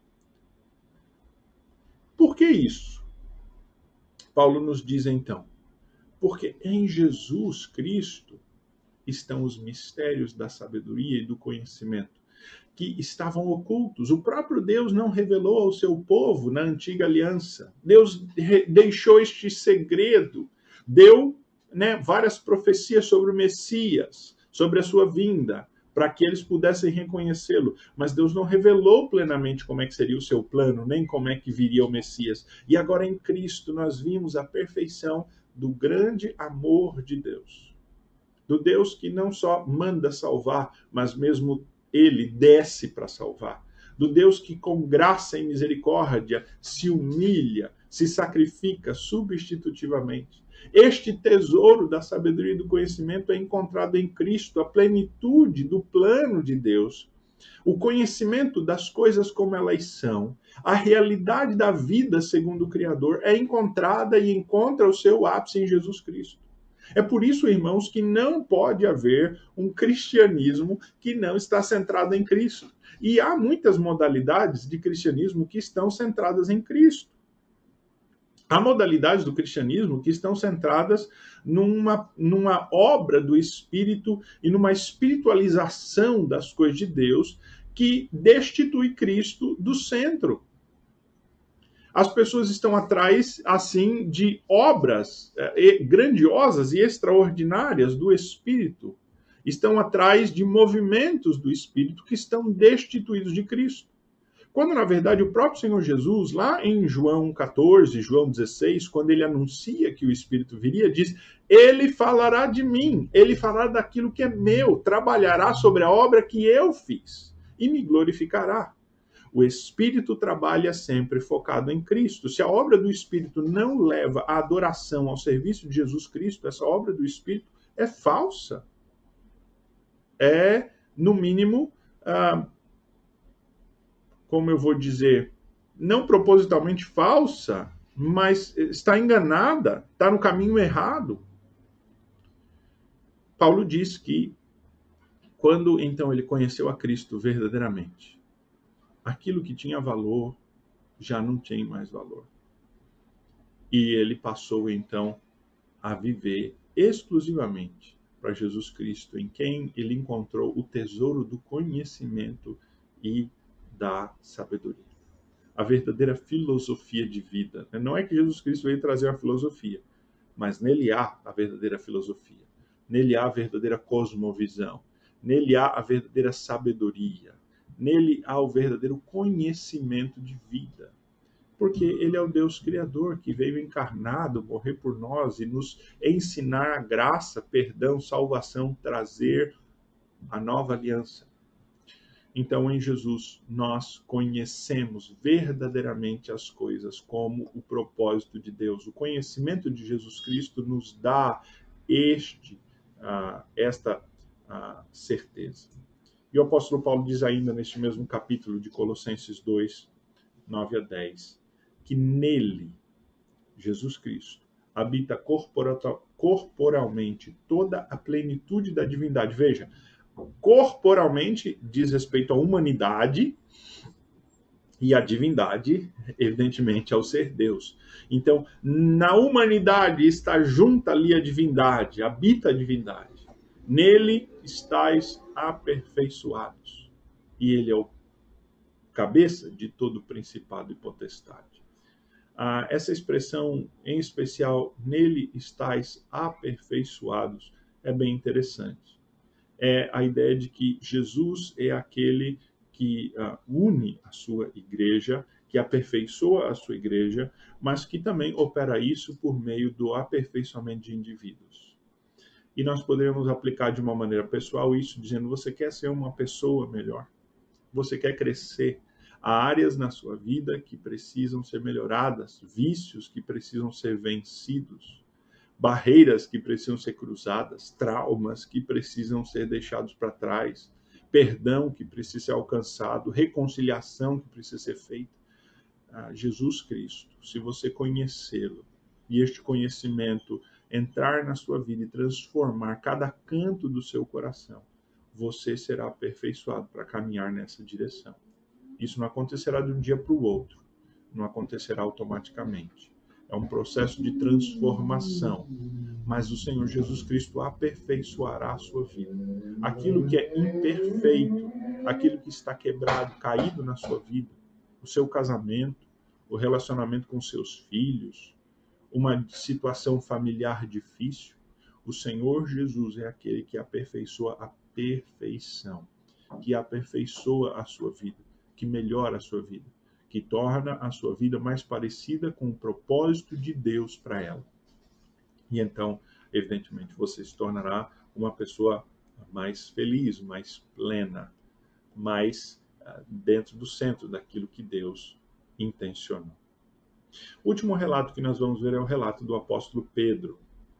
S1: Por que isso? Paulo nos diz então, porque em Jesus Cristo estão os mistérios da sabedoria e do conhecimento, que estavam ocultos. O próprio Deus não revelou ao seu povo na antiga aliança. Deus deixou este segredo, deu várias profecias sobre o Messias, sobre a sua vinda, para que eles pudessem reconhecê-lo. Mas Deus não revelou plenamente como é que seria o seu plano, nem como é que viria o Messias. E agora em Cristo nós vimos a perfeição do grande amor de Deus. Do Deus que não só manda salvar, mas mesmo ele desce para salvar. Do Deus que com graça e misericórdia se humilha, se sacrifica substitutivamente. Este tesouro da sabedoria e do conhecimento é encontrado em Cristo, a plenitude do plano de Deus, o conhecimento das coisas como elas são, a realidade da vida segundo o Criador é encontrada e encontra o seu ápice em Jesus Cristo. É por isso, irmãos, que não pode haver um cristianismo que não está centrado em Cristo. E há muitas modalidades de cristianismo que estão centradas em Cristo. Há modalidades do cristianismo que estão centradas numa obra do Espírito e numa espiritualização das coisas de Deus que destitui Cristo do centro. As pessoas estão atrás, assim, de obras grandiosas e extraordinárias do Espírito. Estão atrás de movimentos do Espírito que estão destituídos de Cristo. Quando, na verdade, o próprio Senhor Jesus, lá em João 14, João 16, quando ele anuncia que o Espírito viria, diz, ele falará de mim, ele falará daquilo que é meu, trabalhará sobre a obra que eu fiz e me glorificará. O Espírito trabalha sempre focado em Cristo. Se a obra do Espírito não leva a adoração ao serviço de Jesus Cristo, essa obra do Espírito é falsa. É, no mínimo, como eu vou dizer, não propositalmente falsa, mas está enganada, está no caminho errado. Paulo diz que, quando então ele conheceu a Cristo verdadeiramente, aquilo que tinha valor já não tem mais valor. E ele passou, então, a viver exclusivamente para Jesus Cristo, em quem ele encontrou o tesouro do conhecimento e da sabedoria. A verdadeira filosofia de vida. Não é que Jesus Cristo veio trazer uma filosofia, mas nele há a verdadeira filosofia. Nele há a verdadeira cosmovisão. Nele há a verdadeira sabedoria. Nele há o verdadeiro conhecimento de vida. Porque ele é o Deus Criador que veio encarnado, morrer por nós e nos ensinar a graça, perdão, salvação, trazer a nova aliança. Então, em Jesus, nós conhecemos verdadeiramente as coisas como o propósito de Deus. O conhecimento de Jesus Cristo nos dá esta certeza. E o apóstolo Paulo diz ainda neste mesmo capítulo de Colossenses 2, 9 a 10, que nele, Jesus Cristo, habita corporalmente toda a plenitude da divindade. Veja, corporalmente diz respeito à humanidade e à divindade, evidentemente, ao ser Deus. Então, na humanidade está junta ali a divindade, habita a divindade. Nele estáis aperfeiçoados. E ele é o cabeça de todo principado e potestade. Essa expressão, em especial, nele estáis aperfeiçoados, é bem interessante. É a ideia de que Jesus é aquele que une a sua igreja, que aperfeiçoa a sua igreja, mas que também opera isso por meio do aperfeiçoamento de indivíduos. E nós poderíamos aplicar de uma maneira pessoal isso, dizendo: você quer ser uma pessoa melhor? Você quer crescer? Há áreas na sua vida que precisam ser melhoradas, vícios que precisam ser vencidos, barreiras que precisam ser cruzadas, traumas que precisam ser deixados para trás, perdão que precisa ser alcançado, reconciliação que precisa ser feita. Jesus Cristo, se você conhecê-lo e este conhecimento entrar na sua vida e transformar cada canto do seu coração, você será aperfeiçoado para caminhar nessa direção. Isso não acontecerá de um dia para o outro, não acontecerá automaticamente. É um processo de transformação, mas o Senhor Jesus Cristo aperfeiçoará a sua vida. Aquilo que é imperfeito, aquilo que está quebrado, caído na sua vida, o seu casamento, o relacionamento com seus filhos, uma situação familiar difícil, o Senhor Jesus é aquele que aperfeiçoa a perfeição, que aperfeiçoa a sua vida, que melhora a sua vida, que torna a sua vida mais parecida com o propósito de Deus para ela. E então, evidentemente, você se tornará uma pessoa mais feliz, mais plena, mais dentro do centro daquilo que Deus intencionou. O último relato que nós vamos ver é o relato do apóstolo Pedro,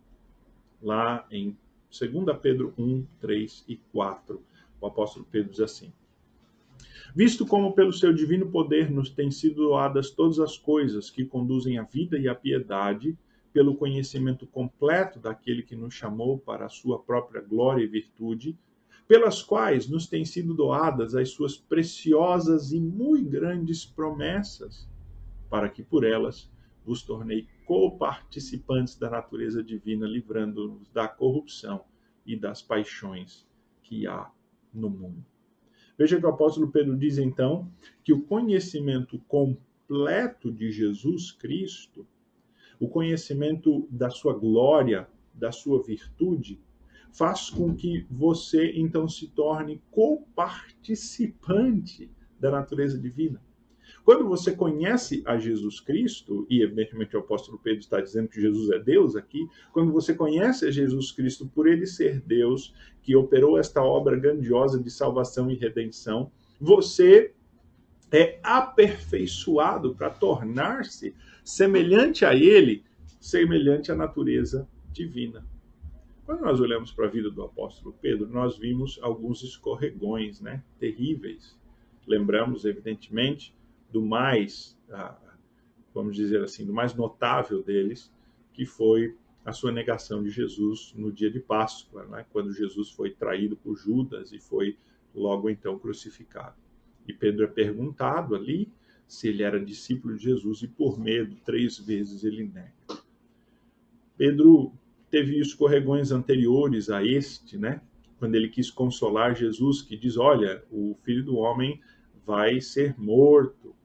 S1: lá em 2 Pedro 1, 3 e 4. O apóstolo Pedro diz assim: visto como pelo seu divino poder nos têm sido doadas todas as coisas que conduzem à vida e à piedade, pelo conhecimento completo daquele que nos chamou para a sua própria glória e virtude, pelas quais nos têm sido doadas as suas preciosas e muito grandes promessas, para que por elas vos tornei coparticipantes da natureza divina, livrando-nos da corrupção e das paixões que há no mundo. Veja que o apóstolo Pedro diz, então, que o conhecimento completo de Jesus Cristo, o conhecimento da sua glória, da sua virtude, faz com que você, então, se torne coparticipante da natureza divina. Quando você conhece a Jesus Cristo, e evidentemente o apóstolo Pedro está dizendo que Jesus é Deus aqui, quando você conhece a Jesus Cristo por ele ser Deus, que operou esta obra grandiosa de salvação e redenção, você é aperfeiçoado para tornar-se semelhante a ele, semelhante à natureza divina. Quando nós olhamos para a vida do apóstolo Pedro, nós vimos alguns escorregões, terríveis. Lembramos, evidentemente, do mais, vamos dizer assim, do mais notável deles, que foi a sua negação de Jesus no dia de Páscoa, quando Jesus foi traído por Judas e foi logo então crucificado. E Pedro é perguntado ali se ele era discípulo de Jesus e por medo, 3 vezes ele nega. Pedro teve escorregões anteriores a este, né? Quando ele quis consolar Jesus, que diz, olha, o Filho do Homem vai ser morto,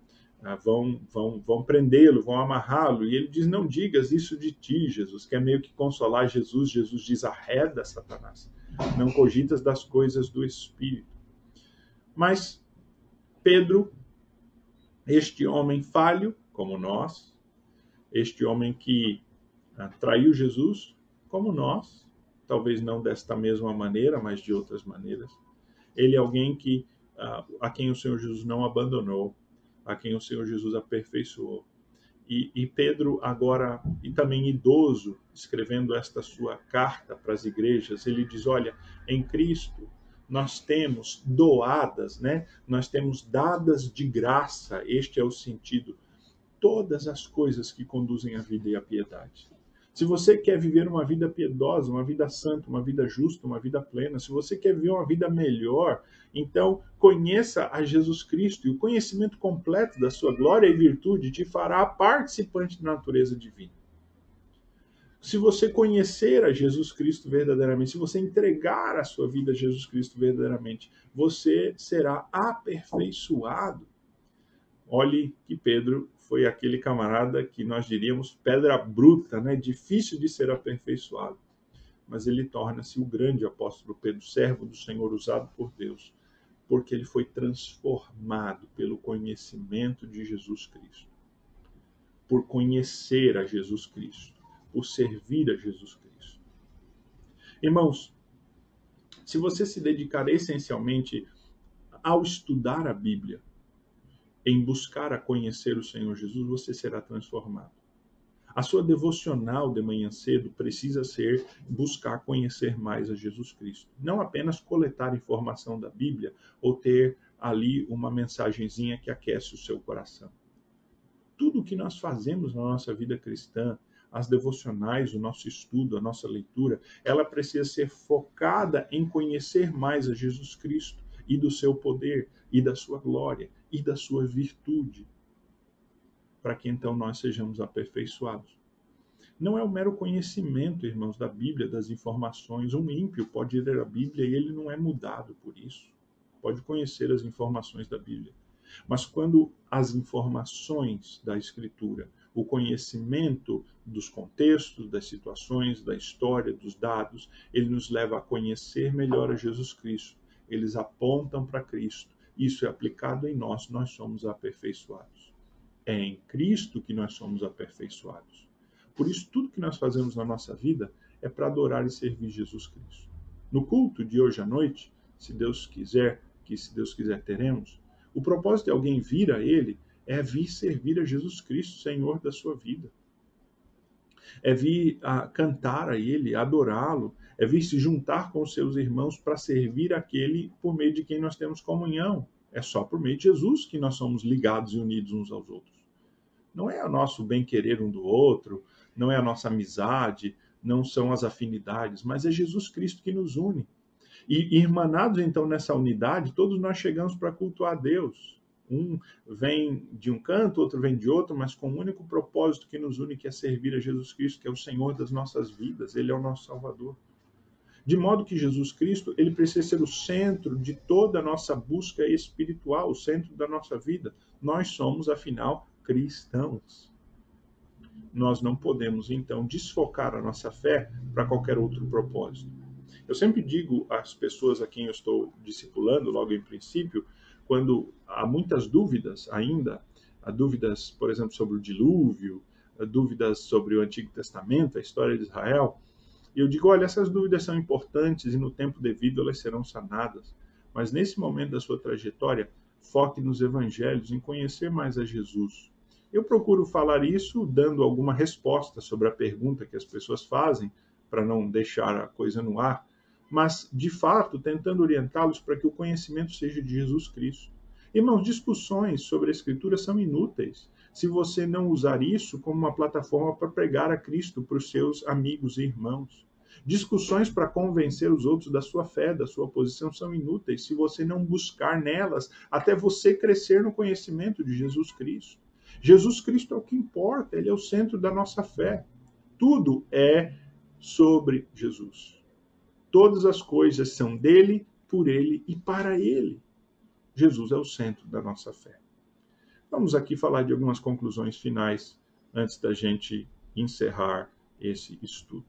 S1: vão prendê-lo, vão amarrá-lo. E ele diz, não digas isso de ti, Jesus. Quer meio que consolar Jesus. Jesus diz, arreda, Satanás. Não cogitas das coisas do Espírito. Mas Pedro, este homem falho, como nós, este homem que traiu Jesus, como nós, talvez não desta mesma maneira, mas de outras maneiras. Ele é alguém que, a quem o Senhor Jesus não abandonou, a quem o Senhor Jesus aperfeiçoou. E Pedro, agora, e também idoso, escrevendo esta sua carta para as igrejas, ele diz, olha, em Cristo nós temos doadas, né? Nós temos dadas de graça, este é o sentido, todas as coisas que conduzem à vida e à piedade. Se você quer viver uma vida piedosa, uma vida santa, uma vida justa, uma vida plena, se você quer viver uma vida melhor, então conheça a Jesus Cristo, e o conhecimento completo da sua glória e virtude te fará participante da natureza divina. Se você conhecer a Jesus Cristo verdadeiramente, se você entregar a sua vida a Jesus Cristo verdadeiramente, você será aperfeiçoado. Olhe que Pedro foi aquele camarada que nós diríamos pedra bruta, né? Difícil de ser aperfeiçoado. Mas ele torna-se o grande apóstolo Pedro, servo do Senhor, usado por Deus, porque ele foi transformado pelo conhecimento de Jesus Cristo. Por conhecer a Jesus Cristo, por servir a Jesus Cristo. Irmãos, se você se dedicar essencialmente ao estudar a Bíblia, em buscar a conhecer o Senhor Jesus, você será transformado. A sua devocional de manhã cedo precisa ser buscar conhecer mais a Jesus Cristo. Não apenas coletar informação da Bíblia ou ter ali uma mensagenzinha que aquece o seu coração. Tudo o que nós fazemos na nossa vida cristã, as devocionais, o nosso estudo, a nossa leitura, ela precisa ser focada em conhecer mais a Jesus Cristo e do seu poder, e da sua glória, e da sua virtude, para que então nós sejamos aperfeiçoados. Não é o mero conhecimento, irmãos, da Bíblia, das informações. Um ímpio pode ler a Bíblia e ele não é mudado por isso. Pode conhecer as informações da Bíblia. Mas quando as informações da Escritura, o conhecimento dos contextos, das situações, da história, dos dados, ele nos leva a conhecer melhor a Jesus Cristo. Eles apontam para Cristo. Isso é aplicado em nós, nós somos aperfeiçoados. É em Cristo que nós somos aperfeiçoados. Por isso, tudo que nós fazemos na nossa vida é para adorar e servir Jesus Cristo. No culto de hoje à noite, se Deus quiser teremos, o propósito de alguém vir a Ele é vir servir a Jesus Cristo, Senhor da sua vida. É vir a cantar a Ele, adorá-lo, é vir se juntar com os seus irmãos para servir aquele por meio de quem nós temos comunhão. É só por meio de Jesus que nós somos ligados e unidos uns aos outros. Não é o nosso bem-querer um do outro, não é a nossa amizade, não são as afinidades, mas é Jesus Cristo que nos une. E irmanados então nessa unidade, todos nós chegamos para cultuar a Deus. Um vem de um canto, outro vem de outro, mas com o único propósito que nos une, que é servir a Jesus Cristo, que é o Senhor das nossas vidas, Ele é o nosso Salvador. De modo que Jesus Cristo, ele precisa ser o centro de toda a nossa busca espiritual, o centro da nossa vida. Nós somos, afinal, cristãos. Nós não podemos, então, desfocar a nossa fé para qualquer outro propósito. Eu sempre digo às pessoas a quem eu estou discipulando, logo em princípio, quando há muitas dúvidas ainda, há dúvidas, por exemplo, sobre o dilúvio, há dúvidas sobre o Antigo Testamento, a história de Israel, e eu digo, olha, essas dúvidas são importantes e no tempo devido elas serão sanadas, mas nesse momento da sua trajetória, foque nos evangelhos, em conhecer mais a Jesus. Eu procuro falar isso dando alguma resposta sobre a pergunta que as pessoas fazem, para não deixar a coisa no ar, mas, de fato, tentando orientá-los para que o conhecimento seja de Jesus Cristo. Irmãos, discussões sobre a Escritura são inúteis se você não usar isso como uma plataforma para pregar a Cristo para os seus amigos e irmãos. Discussões para convencer os outros da sua fé, da sua posição, são inúteis se você não buscar nelas até você crescer no conhecimento de Jesus Cristo. Jesus Cristo é o que importa, Ele é o centro da nossa fé. Tudo é sobre Jesus. Todas as coisas são dele, por ele e para ele. Jesus é o centro da nossa fé. Vamos aqui falar de algumas conclusões finais antes da gente encerrar esse estudo.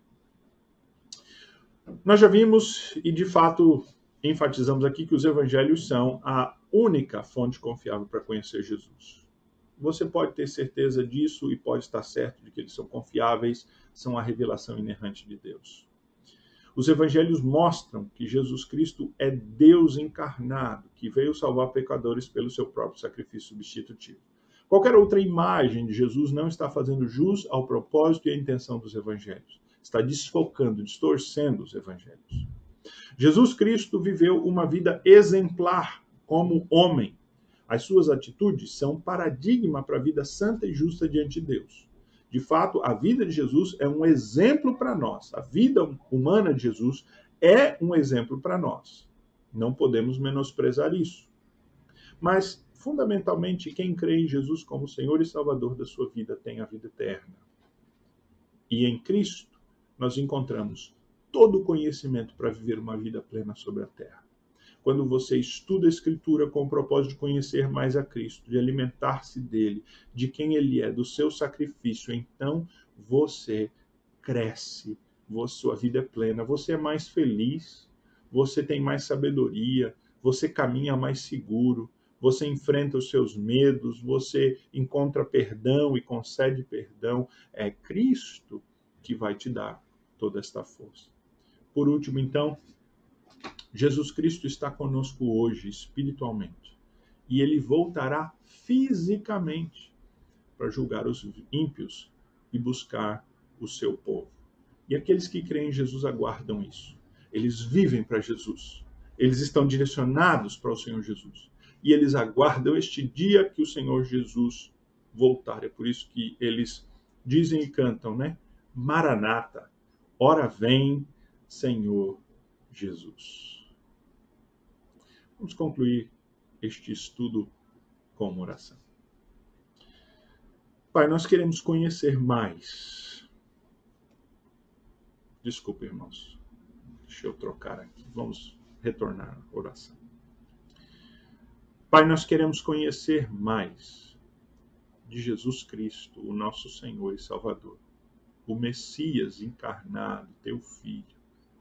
S1: Nós já vimos e, de fato, enfatizamos aqui que os evangelhos são a única fonte confiável para conhecer Jesus. Você pode ter certeza disso e pode estar certo de que eles são confiáveis, são a revelação inerrante de Deus. Os evangelhos mostram que Jesus Cristo é Deus encarnado, que veio salvar pecadores pelo seu próprio sacrifício substitutivo. Qualquer outra imagem de Jesus não está fazendo jus ao propósito e à intenção dos evangelhos. Está desfocando, distorcendo os evangelhos. Jesus Cristo viveu uma vida exemplar como homem. As suas atitudes são paradigma para a vida santa e justa diante de Deus. De fato, a vida de Jesus é um exemplo para nós. A vida humana de Jesus é um exemplo para nós. Não podemos menosprezar isso. Mas, fundamentalmente, quem crê em Jesus como Senhor e Salvador da sua vida tem a vida eterna. E em Cristo, nós encontramos todo o conhecimento para viver uma vida plena sobre a terra. Quando você estuda a Escritura com o propósito de conhecer mais a Cristo, de alimentar-se dele, de quem ele é, do seu sacrifício, então você cresce, sua vida é plena, você é mais feliz, você tem mais sabedoria, você caminha mais seguro, você enfrenta os seus medos, você encontra perdão e concede perdão. É Cristo que vai te dar toda esta força. Por último, então, Jesus Cristo está conosco hoje, espiritualmente, e ele voltará fisicamente para julgar os ímpios e buscar o seu povo. E aqueles que creem em Jesus aguardam isso. Eles vivem para Jesus. Eles estão direcionados para o Senhor Jesus. E eles aguardam este dia que o Senhor Jesus voltar. É por isso que eles dizem e cantam, né? Maranata, ora vem, Senhor Jesus. Vamos concluir este estudo com uma oração. Pai, nós queremos conhecer mais. Desculpa, irmãos. Deixa eu trocar aqui. Vamos retornar à oração. Pai, nós queremos conhecer mais de Jesus Cristo, o nosso Senhor e Salvador, o Messias encarnado, teu Filho,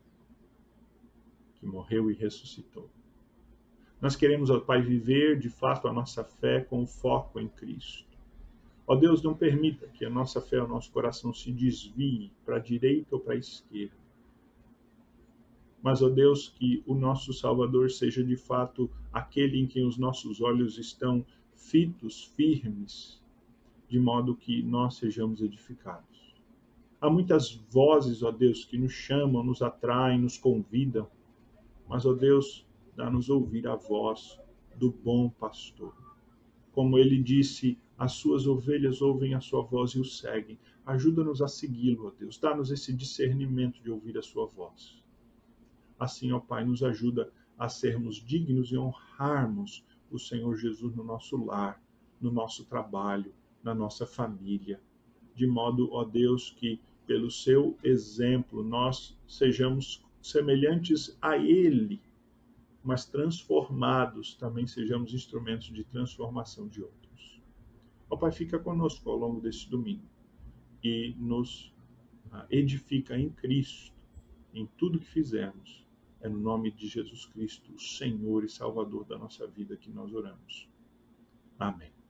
S1: que morreu e ressuscitou. Nós queremos, ó Pai, viver de fato a nossa fé com foco em Cristo. Ó Deus, não permita que a nossa fé, o nosso coração se desvie para a direita ou para a esquerda. Mas, ó Deus, que o nosso Salvador seja de fato aquele em quem os nossos olhos estão fitos, firmes, de modo que nós sejamos edificados. Há muitas vozes, ó Deus, que nos chamam, nos atraem, nos convidam. Mas, ó Deus, dá-nos ouvir a voz do bom pastor. Como ele disse, as suas ovelhas ouvem a sua voz e o seguem. Ajuda-nos a segui-lo, ó Deus. Dá-nos esse discernimento de ouvir a sua voz. Assim, ó Pai, nos ajuda a sermos dignos e honrarmos o Senhor Jesus no nosso lar, no nosso trabalho, na nossa família. De modo, ó Deus, que pelo seu exemplo nós sejamos semelhantes a Ele, mas transformados, também sejamos instrumentos de transformação de outros. Ó Pai, fica conosco ao longo deste domingo e nos edifica em Cristo, em tudo que fizermos. É no nome de Jesus Cristo, o Senhor e Salvador da nossa vida, que nós oramos. Amém.